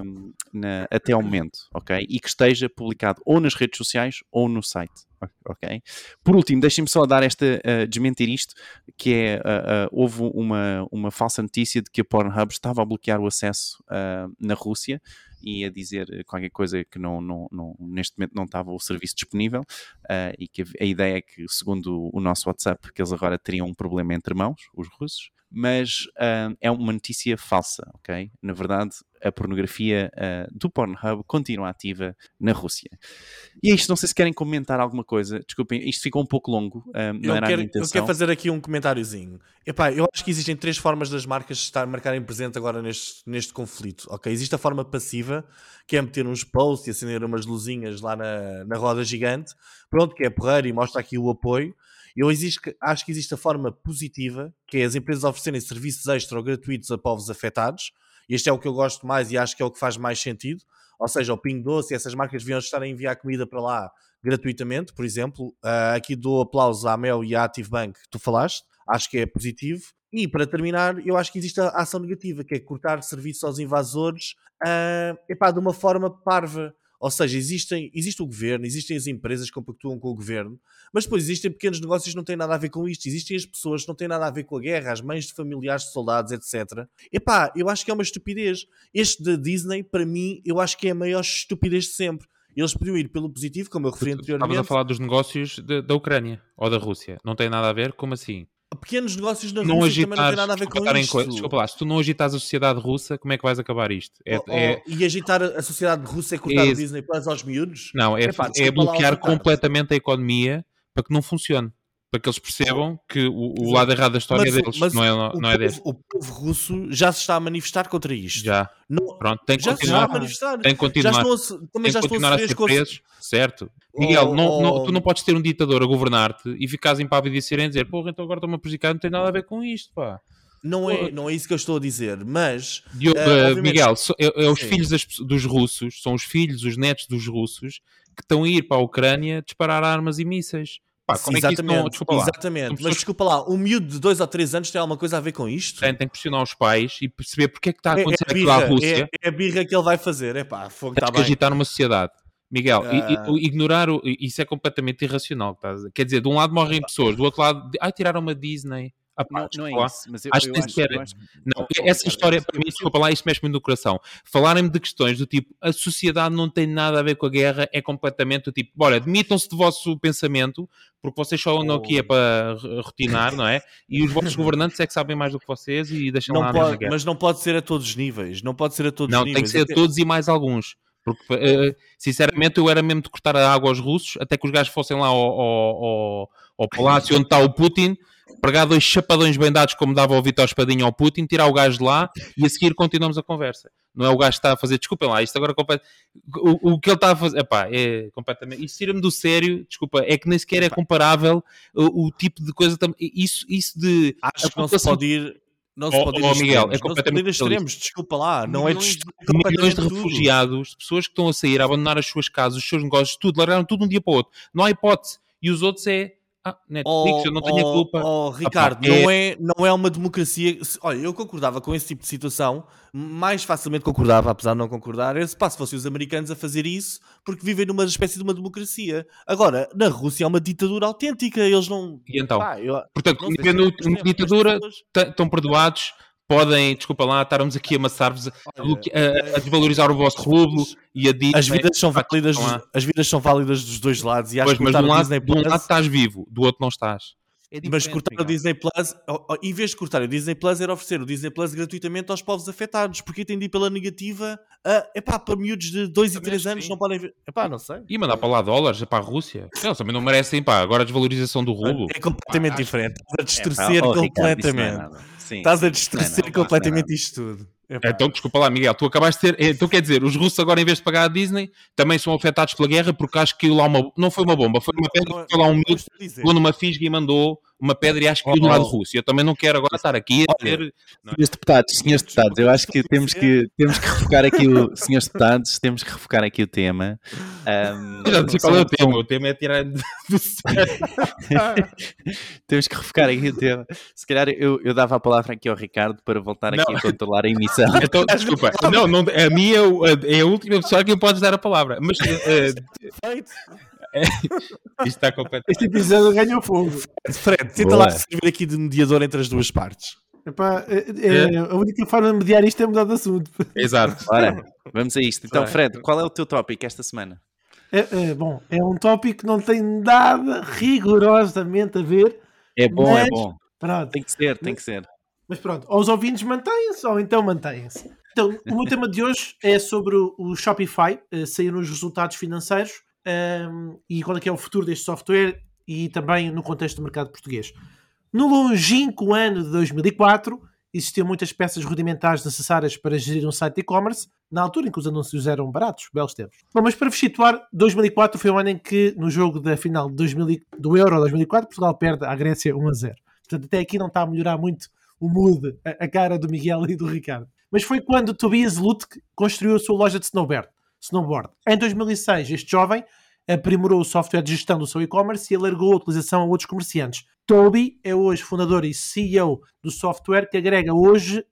Speaker 5: até ao momento, ok? E que esteja publicado ou nas redes sociais ou no site, ok? Por último, deixem-me só dar desmentir isto, que é, houve uma falsa notícia de que a Pornhub estava a bloquear o acesso na Rússia e a dizer qualquer coisa que neste momento não estava o serviço disponível, e que a ideia é que, segundo o nosso WhatsApp, que eles agora teriam um problema entre mãos, os russos, mas é uma notícia falsa, ok? Na verdade, a pornografia do Pornhub continua ativa na Rússia. E é isto, não sei se querem comentar alguma coisa. Desculpem, isto ficou um pouco longo, não era a minha intenção.
Speaker 2: Eu quero fazer aqui um comentáriozinho. Eu acho que existem 3 formas das marcas marcarem presente agora neste conflito, ok? Existe a forma passiva, que é meter uns posts e acender umas luzinhas lá na roda gigante, pronto, que é porreiro e mostra aqui o apoio. Acho que existe a forma positiva, que é as empresas oferecerem serviços extra ou gratuitos a povos afetados. Este é o que eu gosto mais e acho que é o que faz mais sentido. Ou seja, o Pingo Doce e essas marcas deviam estar a enviar comida para lá gratuitamente, por exemplo. Aqui dou aplauso à Mel e à Active Bank que tu falaste. Acho que é positivo. E, para terminar, eu acho que existe a ação negativa, que é cortar serviços aos invasores de uma forma parva. Ou seja, existe o governo, existem as empresas que compactuam com o governo, mas depois existem pequenos negócios que não têm nada a ver com isto, existem as pessoas que não têm nada a ver com a guerra, as mães de familiares de soldados, etc. Eu acho que é uma estupidez. Este da Disney, para mim, eu acho que é a maior estupidez de sempre. Eles podiam ir pelo positivo, como eu referi anteriormente.
Speaker 1: Estavas a falar dos negócios da Ucrânia ou da Rússia. Não tem nada a ver? Como assim?
Speaker 2: Pequenos negócios na Rússia também não tem nada a ver com isto.
Speaker 1: Desculpa lá, se tu não agitas a sociedade russa, como é que vais acabar isto?
Speaker 2: E agitar a sociedade russa é cortar o Disney Plus aos miúdos?
Speaker 1: Não, é bloquear completamente a economia para que não funcione. Para que eles percebam que o lado errado da história é deles, não é deles.
Speaker 2: O povo russo já se está a manifestar contra isto.
Speaker 1: Já. Pronto, tem que
Speaker 2: já
Speaker 1: continuar.
Speaker 2: Se está a manifestar.
Speaker 1: Tem que continuar.
Speaker 2: Também já estão a ser
Speaker 1: presos. Certo. Miguel, tu não podes ter um ditador a governar-te e ficares impávido e serem a dizer, porra, então agora estou-me a prejudicar, não tem nada a ver com isto, pá.
Speaker 2: Não é isso que eu estou a dizer, mas...
Speaker 1: Miguel, os filhos dos russos, são os filhos, os netos dos russos, que estão a ir para a Ucrânia disparar armas e mísseis. Pá, como
Speaker 2: exatamente,
Speaker 1: é que isso não... Desculpa lá.
Speaker 2: Exatamente, mas desculpa lá, um miúdo de 2 ou 3 anos tem alguma coisa a ver com isto?
Speaker 1: Tem que pressionar os pais e perceber porque é que está a acontecer aquilo à Rússia.
Speaker 2: É a birra que ele vai fazer, fogo,
Speaker 1: está bem. Agitar uma sociedade. Miguel, ignorar isso é completamente irracional. Quer dizer, de um lado morrem pessoas, do outro lado, tiraram uma Disney.
Speaker 5: Não é isso, mas
Speaker 1: acho que essa história, para mim, desculpa lá, isto mexe-me no coração. Falarem-me de questões do tipo, a sociedade não tem nada a ver com a guerra, é completamente do tipo, bora, admitam-se do vosso pensamento, porque vocês só andam aqui para rotinar, não é? E os vossos governantes é que sabem mais do que vocês e deixam lá na guerra.
Speaker 2: Mas não pode ser a todos os níveis, não pode ser a todos os níveis.
Speaker 1: Não, tem que ser a todos e mais alguns. Porque, sinceramente, eu era mesmo de cortar a água aos russos, até que os gajos fossem lá ao palácio onde está o Putin, pregar 2 chapadões bem dados, como dava o Vítor Espadinha ao Putin, tirar o gajo de lá e a seguir continuamos a conversa. Não é o gajo que está a fazer, desculpem lá, isto agora o que ele está a fazer, é completamente, isso tira-me do sério, desculpa, é que nem sequer é comparável o tipo de coisa, isso de...
Speaker 2: Acho que não se pode ir... Não se pode ir
Speaker 1: Miguel,
Speaker 2: é completamente extremos, desculpa lá, não é
Speaker 1: milhões de refugiados, de pessoas que estão a sair, a abandonar as suas casas, os seus negócios, tudo, largaram tudo um dia para o outro. Não há hipótese. E os outros Netflix, eu não tenho a culpa.
Speaker 2: Ricardo, não é uma democracia. Olha, eu concordava com esse tipo de situação, mais facilmente concordava, apesar de não concordar, se fossem os americanos a fazer isso, porque vivem numa espécie de uma democracia. Agora, na Rússia é uma ditadura autêntica, eles não...
Speaker 1: E então? Portanto, vivendo numa ditadura, estão perdoados, podem, desculpa lá, estarmos aqui a amassar-vos, a desvalorizar o vosso rublo e a Disney.
Speaker 2: As vidas são válidas dos dois lados. E
Speaker 1: mas de um lado estás vivo, do outro não estás.
Speaker 2: Mas cortar o Disney Plus, em vez de cortar o Disney Plus, era oferecer o Disney Plus gratuitamente aos povos afetados, porque entendi pela negativa, para miúdos de 2 e 3 anos não podem ver. Não sei.
Speaker 1: E mandar para lá dólares para a Rússia. Eles também não merecem, agora a desvalorização do rublo.
Speaker 2: É completamente diferente. Estás a distorcer completamente. Estás a distorcer completamente isto tudo.
Speaker 1: Então, desculpa lá, Miguel, tu acabaste de ter... Então, quer dizer, os russos agora, em vez de pagar a Disney, também são afetados pela guerra, porque acho que lá não foi uma bomba, foi uma pedra que foi lá um miúdo, pegou numa fisga e mandou uma pedra e acho que do lado russo. Eu também não quero agora estar aqui a dizer...
Speaker 5: Senhores deputados, eu acho que temos que refocar aqui senhores deputados, temos que refocar aqui o tema.
Speaker 1: Já não sei qual é o tema. O tema é tirar do sério.
Speaker 5: Temos que refocar aqui o tema. Se calhar eu dava a palavra aqui ao Ricardo para voltar aqui a controlar a emissão.
Speaker 1: Então, desculpa, a minha é a última pessoa a quem podes dar a palavra. Mas isto está completamente...
Speaker 3: Este episódio ganhou fogo.
Speaker 2: Fred, tenta lá servir aqui de mediador entre as duas partes.
Speaker 3: A única forma de mediar isto é mudar de assunto.
Speaker 1: Exato.
Speaker 5: Ora, vamos a isto. Então, Fred, qual é o teu tópico esta semana?
Speaker 3: Bom, é um tópico que não tem nada rigorosamente a ver.
Speaker 5: É bom.
Speaker 3: Pronto.
Speaker 5: Tem que ser.
Speaker 3: Mas pronto, ou os ouvintes mantêm-se, ou então mantêm-se. Então, o meu tema de hoje é sobre o Shopify, saíram os resultados financeiros e qual é que é o futuro deste software e também no contexto do mercado português. No longínquo ano de 2004, existiam muitas peças rudimentares necessárias para gerir um site de e-commerce, na altura em que os anúncios eram baratos, belos tempos. Bom, mas para vos situar, 2004 foi o ano em que, no jogo da final do Euro 2004, Portugal perde à Grécia 1-0. Portanto, até aqui não está a melhorar muito o mood, a cara do Miguel e do Ricardo. Mas foi quando Tobias Lutke construiu a sua loja de snowboard. Em 2006, este jovem aprimorou o software de gestão do seu e-commerce e alargou a utilização a outros comerciantes. Toby é hoje fundador e CEO do software que agrega hoje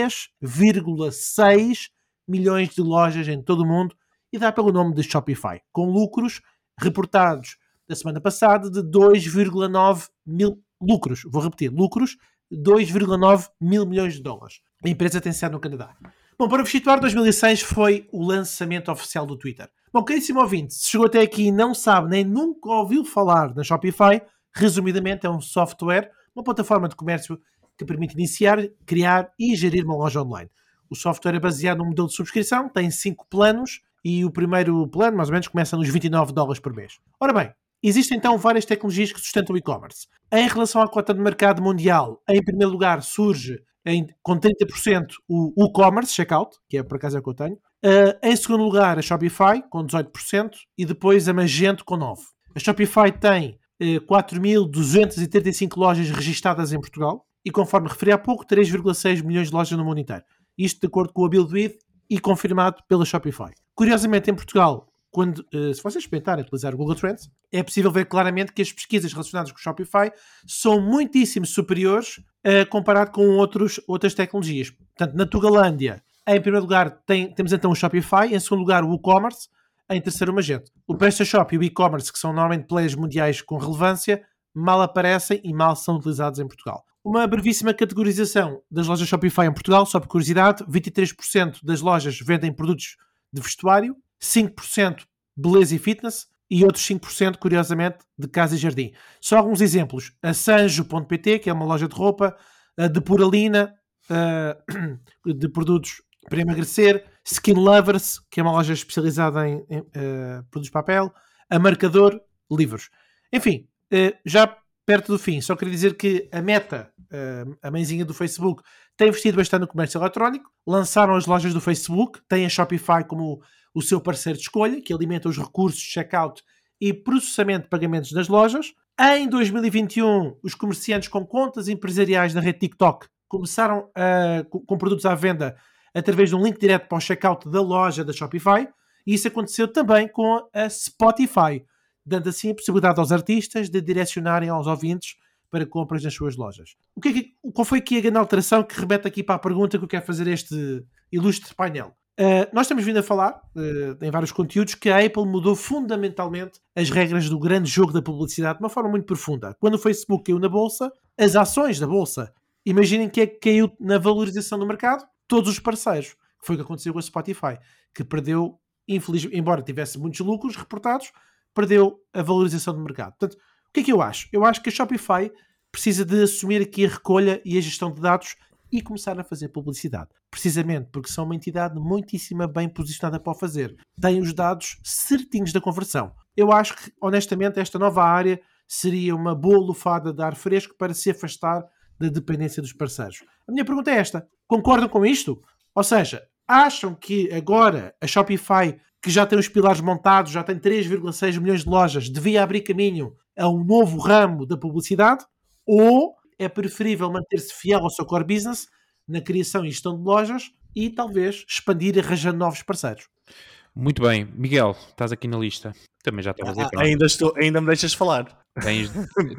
Speaker 3: 3,6 milhões de lojas em todo o mundo e dá pelo nome de Shopify, com lucros reportados da semana passada de 2,9 mil lucros. Vou repetir, lucros 2,9 mil milhões de dólares. A empresa tem sede no Canadá. Bom, para vos situar, 2006 foi o lançamento oficial do Twitter. Bom, caríssimo ouvinte, se chegou até aqui e não sabe nem nunca ouviu falar da Shopify, resumidamente é um software, uma plataforma de comércio que permite iniciar, criar e gerir uma loja online. O software é baseado num modelo de subscrição, tem 5 planos e o primeiro plano, mais ou menos, começa nos $29 por mês. Ora bem, existem então várias tecnologias que sustentam o e-commerce. Em relação à cota de mercado mundial, em primeiro lugar surge com 30% o WooCommerce, checkout, que é por acaso é o que eu tenho. Em segundo lugar a Shopify, com 18%, e depois a Magento, com 9%. A Shopify tem 4.235 lojas registadas em Portugal e, conforme referi há pouco, 3,6 milhões de lojas no mundo inteiro. Isto de acordo com a Buildwith e confirmado pela Shopify. Curiosamente, em Portugal, se vocês experimentarem utilizar o Google Trends, é possível ver claramente que as pesquisas relacionadas com o Shopify são muitíssimo superiores comparado com outras tecnologias. Portanto, na Tugalândia, em primeiro lugar, temos então o Shopify, em segundo lugar o WooCommerce, em terceiro o Magento. O PrestaShop e o e-commerce, que são normalmente players mundiais com relevância, mal aparecem e mal são utilizados em Portugal. Uma brevíssima categorização das lojas Shopify em Portugal, só por curiosidade: 23% das lojas vendem produtos de vestuário, 5% beleza e fitness e outros 5%, curiosamente, de casa e jardim. Só alguns exemplos: a Sanjo.pt, que é uma loja de roupa, a Depuralina, de produtos para emagrecer, Skin Lovers, que é uma loja especializada em produtos de papel, a Marcador, livros. Enfim, já perto do fim, só queria dizer que a Meta, a mãezinha do Facebook, tem investido bastante no comércio eletrónico. Lançaram as lojas do Facebook, tem a Shopify como o seu parceiro de escolha, que alimenta os recursos de checkout e processamento de pagamentos das lojas. Em 2021, os comerciantes com contas empresariais na rede TikTok começaram com produtos à venda através de um link direto para o checkout da loja da Shopify, e isso aconteceu também com a Spotify, dando assim a possibilidade aos artistas de direcionarem aos ouvintes para compras nas suas lojas. Qual foi aqui a grande alteração que remete aqui para a pergunta que eu quero fazer este ilustre painel? Nós temos vindo a falar em vários conteúdos que a Apple mudou fundamentalmente as regras do grande jogo da publicidade de uma forma muito profunda. Quando o Facebook caiu na bolsa, as ações da bolsa, imaginem que caiu na valorização do mercado, todos os parceiros. Foi o que aconteceu com a Spotify, que perdeu, infelizmente, embora tivesse muitos lucros reportados, perdeu a valorização do mercado. Portanto, o que é que eu acho? Eu acho que a Shopify precisa de assumir aqui a recolha e a gestão de dados e começar a fazer publicidade. Precisamente porque são uma entidade muitíssimo bem posicionada para o fazer. Têm os dados certinhos da conversão. Eu acho que, honestamente, esta nova área seria uma boa lufada de ar fresco para se afastar da dependência dos parceiros. A minha pergunta é esta: concordam com isto? Ou seja, acham que agora a Shopify, que já tem os pilares montados, já tem 3,6 milhões de lojas, devia abrir caminho a um novo ramo da publicidade? Ou é preferível manter-se fiel ao seu core business na criação e gestão de lojas e talvez expandir arranjando novos parceiros?
Speaker 1: Muito bem. Miguel, estás aqui na lista. Também já estavas aí.
Speaker 2: Ainda me deixas falar.
Speaker 1: Tens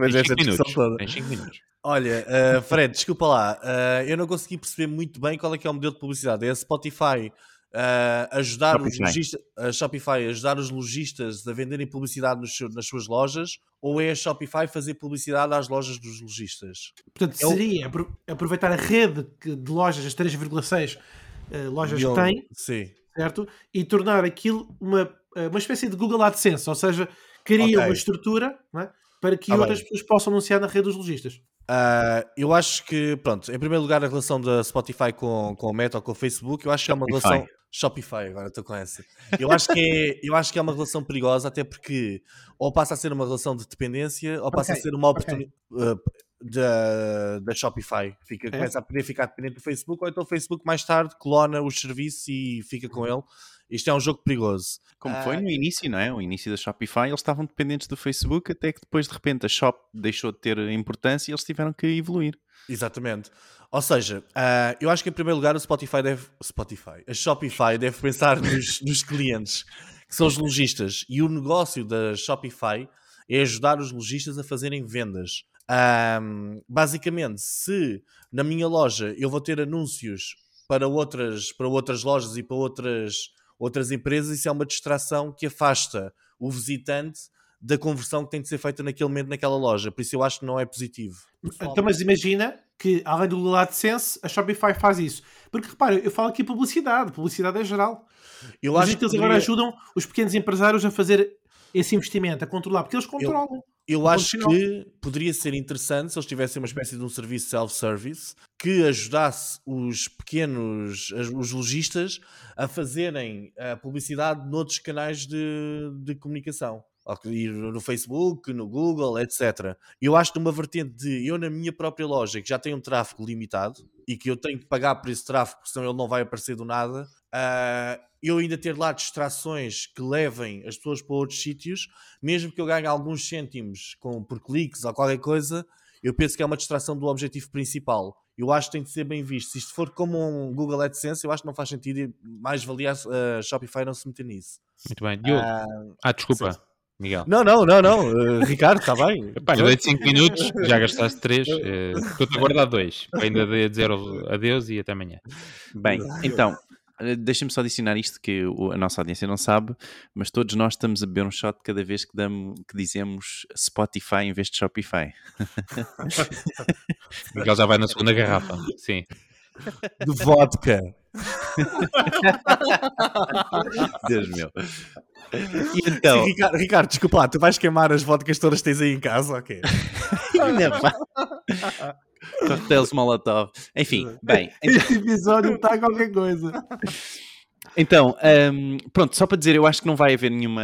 Speaker 1: 5 minutos.
Speaker 2: Olha, Fred, desculpa lá. Eu não consegui perceber muito bem qual é que é o modelo de publicidade. É a Spotify ajudar a Shopify ajudar os lojistas a venderem publicidade nas suas lojas, ou é a Shopify fazer publicidade às lojas dos lojistas?
Speaker 3: Portanto, seria aproveitar a rede de lojas, as 3,6 lojas que tem,
Speaker 2: sim,
Speaker 3: certo? E tornar aquilo uma espécie de Google AdSense, ou seja, cria uma estrutura, não é? Para que outras pessoas possam anunciar na rede dos lojistas.
Speaker 2: Eu acho que, pronto, em primeiro lugar, a relação da Spotify com a Meta ou com o Facebook, eu acho que é uma relação... Shopify, agora estou com essa. Eu acho que é uma relação perigosa, até porque ou passa a ser uma relação de dependência, ou passa a ser uma oportunidade da Shopify. Começa a poder ficar dependente do Facebook, ou então o Facebook mais tarde clona os serviços e fica com ele. Isto é um jogo perigoso.
Speaker 5: Como foi no início, não é? O início da Shopify, eles estavam dependentes do Facebook, até que depois, de repente, a Shop deixou de ter importância e eles tiveram que evoluir.
Speaker 2: Exatamente. Ou seja, eu acho que em primeiro lugar a Shopify deve pensar nos clientes, que são os lojistas. E o negócio da Shopify é ajudar os lojistas a fazerem vendas. Basicamente, se na minha loja eu vou ter anúncios para outras lojas e para outras empresas, isso é uma distração que afasta o visitante da conversão que tem de ser feita naquele momento naquela loja. Por isso eu acho que não é positivo.
Speaker 3: Então, mas imagina que, além do Google AdSense, a Shopify faz isso. Porque, repara, eu falo aqui publicidade é geral. Eu acho que eles agora ajudam os pequenos empresários a fazer esse investimento, a controlar, porque eles controlam.
Speaker 2: Eu acho que poderia ser interessante se eles tivessem uma espécie de um serviço self-service que ajudasse os lojistas a fazerem a publicidade noutros canais de comunicação. No Facebook, no Google, etc. Eu acho que numa vertente de eu na minha própria loja, que já tenho um tráfego limitado e que eu tenho que pagar por esse tráfego, porque senão ele não vai aparecer do nada, eu ainda ter lá distrações que levem as pessoas para outros sítios, mesmo que eu ganhe alguns cêntimos por cliques ou qualquer coisa, eu penso que é uma distração do objetivo principal. Eu acho que tem de ser bem visto. Se isto for como um Google AdSense, eu acho que não faz sentido e mais valia a Shopify não se meter nisso.
Speaker 1: Muito bem. Diogo. Desculpa,
Speaker 2: sim.
Speaker 1: Miguel.
Speaker 2: Não. Ricardo, está bem.
Speaker 1: Epá, eu dei 5 minutos, já gastaste 3. Estou-te a guardar 2. Ainda dei a dizer adeus e até amanhã.
Speaker 5: Bem, então, deixa-me só adicionar isto que a nossa audiência não sabe, mas todos nós estamos a beber um shot cada vez que dizemos Spotify em vez de Shopify.
Speaker 1: Miguel já vai na segunda garrafa. Sim.
Speaker 2: De vodka.
Speaker 5: Deus meu. E então...
Speaker 2: Sim, Ricardo, desculpa lá, tu vais queimar as vodkas todas que tens aí em casa, ok?
Speaker 5: Cocktails Molotov. Enfim, bem.
Speaker 3: Este episódio está qualquer coisa.
Speaker 5: Então, pronto, só para dizer, eu acho que não vai haver nenhuma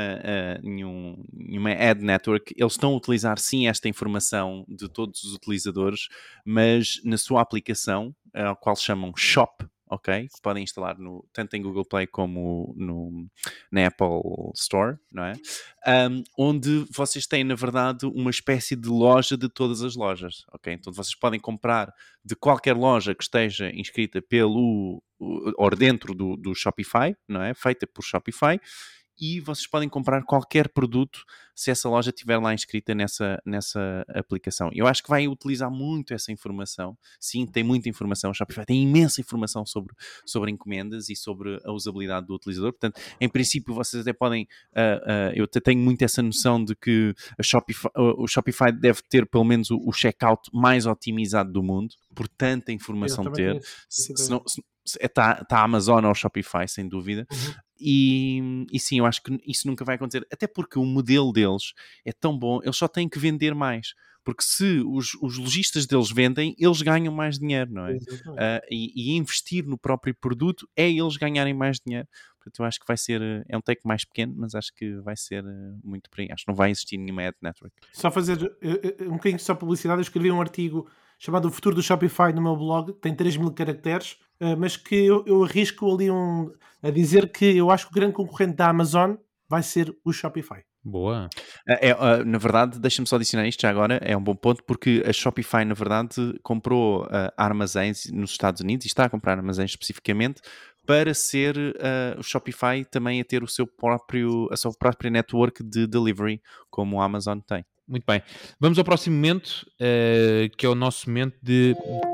Speaker 5: ad network. Eles estão a utilizar sim esta informação de todos os utilizadores, mas na sua aplicação, a qual chamam Shop, ok? Que podem instalar tanto em Google Play como na Apple Store, não é? Onde vocês têm, na verdade, uma espécie de loja de todas as lojas, ok? Então vocês podem comprar de qualquer loja que esteja inscrita ou dentro do Shopify, não é? Feita por Shopify, e vocês podem comprar qualquer produto se essa loja estiver lá inscrita nessa aplicação. Eu acho que vai utilizar muito essa informação. Sim, tem muita informação. O Shopify tem imensa informação sobre encomendas e sobre a usabilidade do utilizador. Portanto, em princípio, vocês até podem... eu até tenho muito essa noção de que o Shopify deve ter pelo menos o checkout mais otimizado do mundo, por tanta informação ter. Está a Amazon ou o Shopify, sem dúvida. E sim, eu acho que isso nunca vai acontecer, até porque o modelo deles é tão bom, eles só têm que vender mais, porque se os lojistas deles vendem, eles ganham mais dinheiro, não é? E investir no próprio produto é eles ganharem mais dinheiro. Portanto, eu acho que vai ser, é um take mais pequeno, mas acho que vai ser muito por aí. Acho que não vai existir nenhuma ad network.
Speaker 3: Só fazer um bocadinho de publicidade, eu escrevi um artigo chamado O Futuro do Shopify no meu blog, tem 3.000 caracteres, mas que eu arrisco ali a dizer que eu acho que o grande concorrente da Amazon vai ser o Shopify.
Speaker 1: Boa.
Speaker 5: Na verdade, deixa-me só adicionar isto já agora, é um bom ponto, porque a Shopify, na verdade, comprou armazéns nos Estados Unidos e está a comprar armazéns especificamente para ser o Shopify também a ter a sua própria network de delivery, como a Amazon tem.
Speaker 1: Muito bem. Vamos ao próximo momento, que é o nosso momento de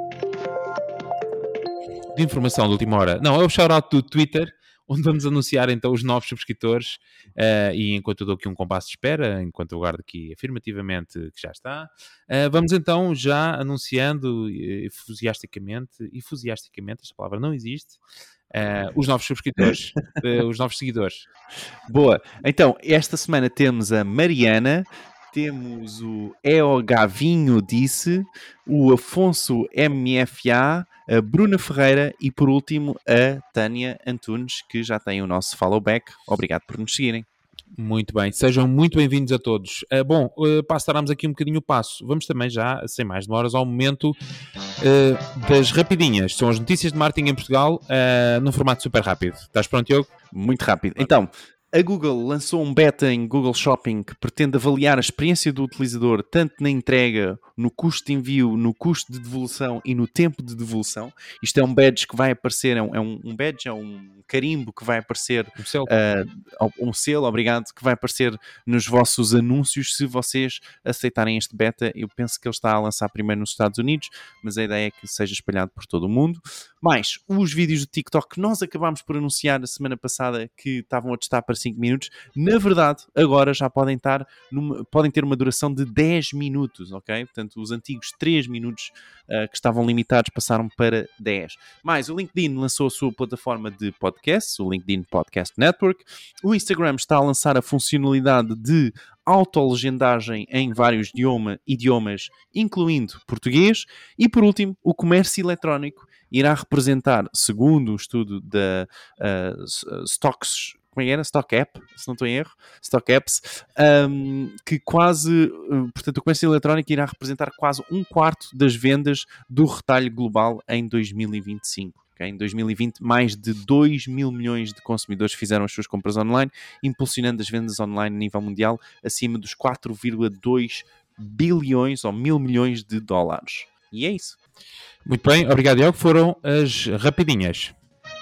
Speaker 1: informação de última hora. Não, é o shout-out do Twitter, onde vamos anunciar então os novos subscritores, e enquanto eu dou aqui um compasso de espera, enquanto eu guardo aqui afirmativamente que já está, vamos então já anunciando efusiasticamente, esta palavra não existe, os novos subscritores, os novos seguidores.
Speaker 5: Boa. Então, esta semana temos a Mariana, temos o EO Gavinho Disse, o Afonso MFA, a Bruna Ferreira e, por último, a Tânia Antunes, que já tem o nosso follow back. Obrigado por nos seguirem.
Speaker 1: Muito bem, sejam muito bem-vindos a todos. Passaremos aqui um bocadinho o passo. Vamos também já, sem mais demoras, ao momento das rapidinhas. São as notícias de marketing em Portugal, num formato super rápido. Estás pronto, Diogo?
Speaker 5: Muito rápido. Então, a Google lançou um beta em Google Shopping que pretende avaliar a experiência do utilizador tanto na entrega, no custo de envio, no custo de devolução e no tempo de devolução. Isto é um badge que vai aparecer, é um carimbo que vai aparecer, um selo, obrigado, que vai aparecer nos vossos anúncios se vocês aceitarem este beta. Eu penso que ele está a lançar primeiro nos Estados Unidos, mas a ideia é que seja espalhado por todo o mundo. Mais, os vídeos do TikTok que nós acabámos por anunciar na semana passada que estavam a testar para 5 minutos, na verdade, agora já podem ter uma duração de 10 minutos, ok? Portanto, os antigos 3 minutos que estavam limitados passaram para 10. Mais, o LinkedIn lançou a sua plataforma de podcasts, o LinkedIn Podcast Network. O Instagram está a lançar a funcionalidade de autolegendagem em vários idiomas, incluindo português. E, por último, o comércio eletrónico irá representar, segundo o estudo da Stocks, como é que era? Stock App, se não estou em erro, Stock Apps, que portanto, o comércio eletrónico irá representar quase 1/4 das vendas do retalho global em 2025. Okay? Em 2020, mais de 2 mil milhões de consumidores fizeram as suas compras online, impulsionando as vendas online a nível mundial acima dos 4,2 bilhões ou 1.000 milhões de dólares. E é isso.
Speaker 1: Muito bem, obrigado, Diogo. Foram as rapidinhas.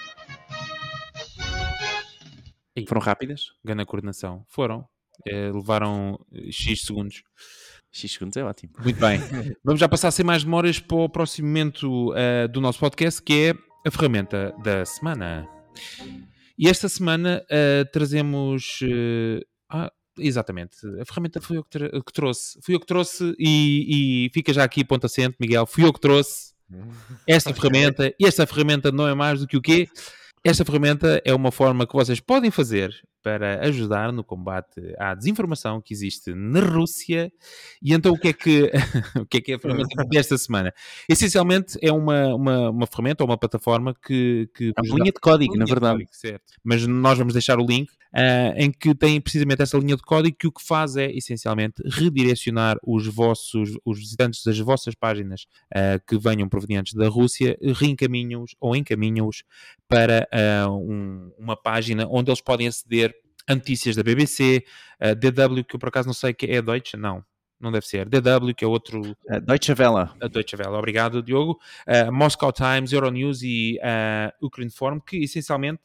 Speaker 5: Foram rápidas?
Speaker 1: Grande coordenação. Foram. Levaram X segundos.
Speaker 5: X segundos é ótimo.
Speaker 1: Muito bem. Vamos já passar sem mais demoras para o próximo momento do nosso podcast, que é a ferramenta da semana. E esta semana trazemos... exatamente. A ferramenta foi eu que trouxe. Fui eu que trouxe e fica já aqui ponto assente, Miguel. Fui eu que trouxe esta ferramenta. E esta ferramenta não é mais do que o quê? Esta ferramenta é uma forma que vocês podem fazer para ajudar no combate à desinformação que existe na Rússia. E então o que é a ferramenta desta semana? Essencialmente é uma ferramenta ou uma plataforma que
Speaker 5: é uma linha de código, na verdade.
Speaker 1: Código, certo. Mas nós vamos deixar o link em que tem precisamente essa linha de código que o que faz é essencialmente redirecionar os visitantes das vossas páginas que venham provenientes da Rússia, reencaminham-os ou encaminham-os para uma página onde eles podem aceder a notícias da BBC, DW, que eu por acaso não sei que é Deutsche, não deve ser, DW, que é outro...
Speaker 5: Deutsche Welle.
Speaker 1: A Deutsche Welle, obrigado, Diogo. Moscow Times, Euronews e Ukrinform, que essencialmente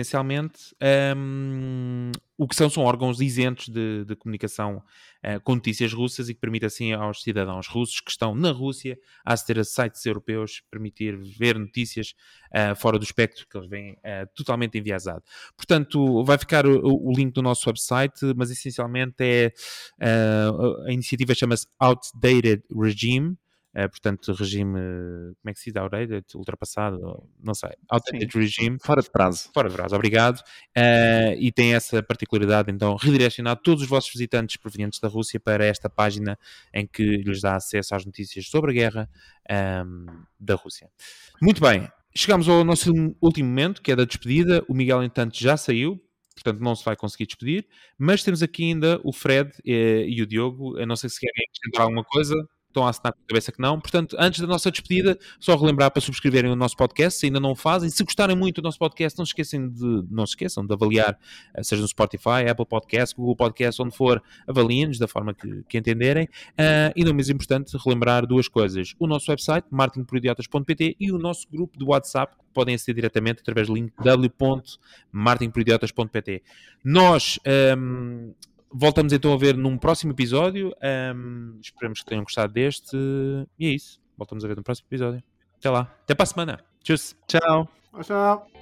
Speaker 1: o que são órgãos isentos de comunicação com notícias russas e que permite assim aos cidadãos russos que estão na Rússia a aceder a sites europeus, permitir ver notícias fora do espectro que eles veem totalmente enviesado. Portanto, vai ficar o link do nosso website, mas essencialmente a iniciativa chama-se Outdated Regime. Portanto, regime, como é que se diz? Outdated, ultrapassado, não sei. Outdated Regime.
Speaker 5: Fora de prazo.
Speaker 1: Fora de prazo, obrigado. E tem essa particularidade, então, redirecionar todos os vossos visitantes provenientes da Rússia para esta página em que lhes dá acesso às notícias sobre a guerra da Rússia. Muito bem, chegamos ao nosso último momento, que é da despedida. O Miguel, entanto, já saiu. Portanto, não se vai conseguir despedir. Mas temos aqui ainda o Fred e o Diogo. Eu não sei se querem acrescentar alguma coisa. Estão a assinar com a cabeça que não. Portanto, antes da nossa despedida, só relembrar para subscreverem o nosso podcast, se ainda não o fazem. Se gostarem muito do nosso podcast, não se esqueçam de avaliar, seja no Spotify, Apple Podcast, Google Podcast, onde for, avaliem-nos da forma que entenderem. E não menos importante, relembrar duas coisas. O nosso website, marketingporidiotas.pt, e o nosso grupo de WhatsApp, que podem aceder diretamente através do link www.marketingporidiotas.pt. Nós... voltamos então a ver num próximo episódio. Esperamos que tenham gostado deste. E é isso. Voltamos a ver no próximo episódio. Até lá. Até para a semana. Tchau.
Speaker 5: Tchau.
Speaker 3: Tchau.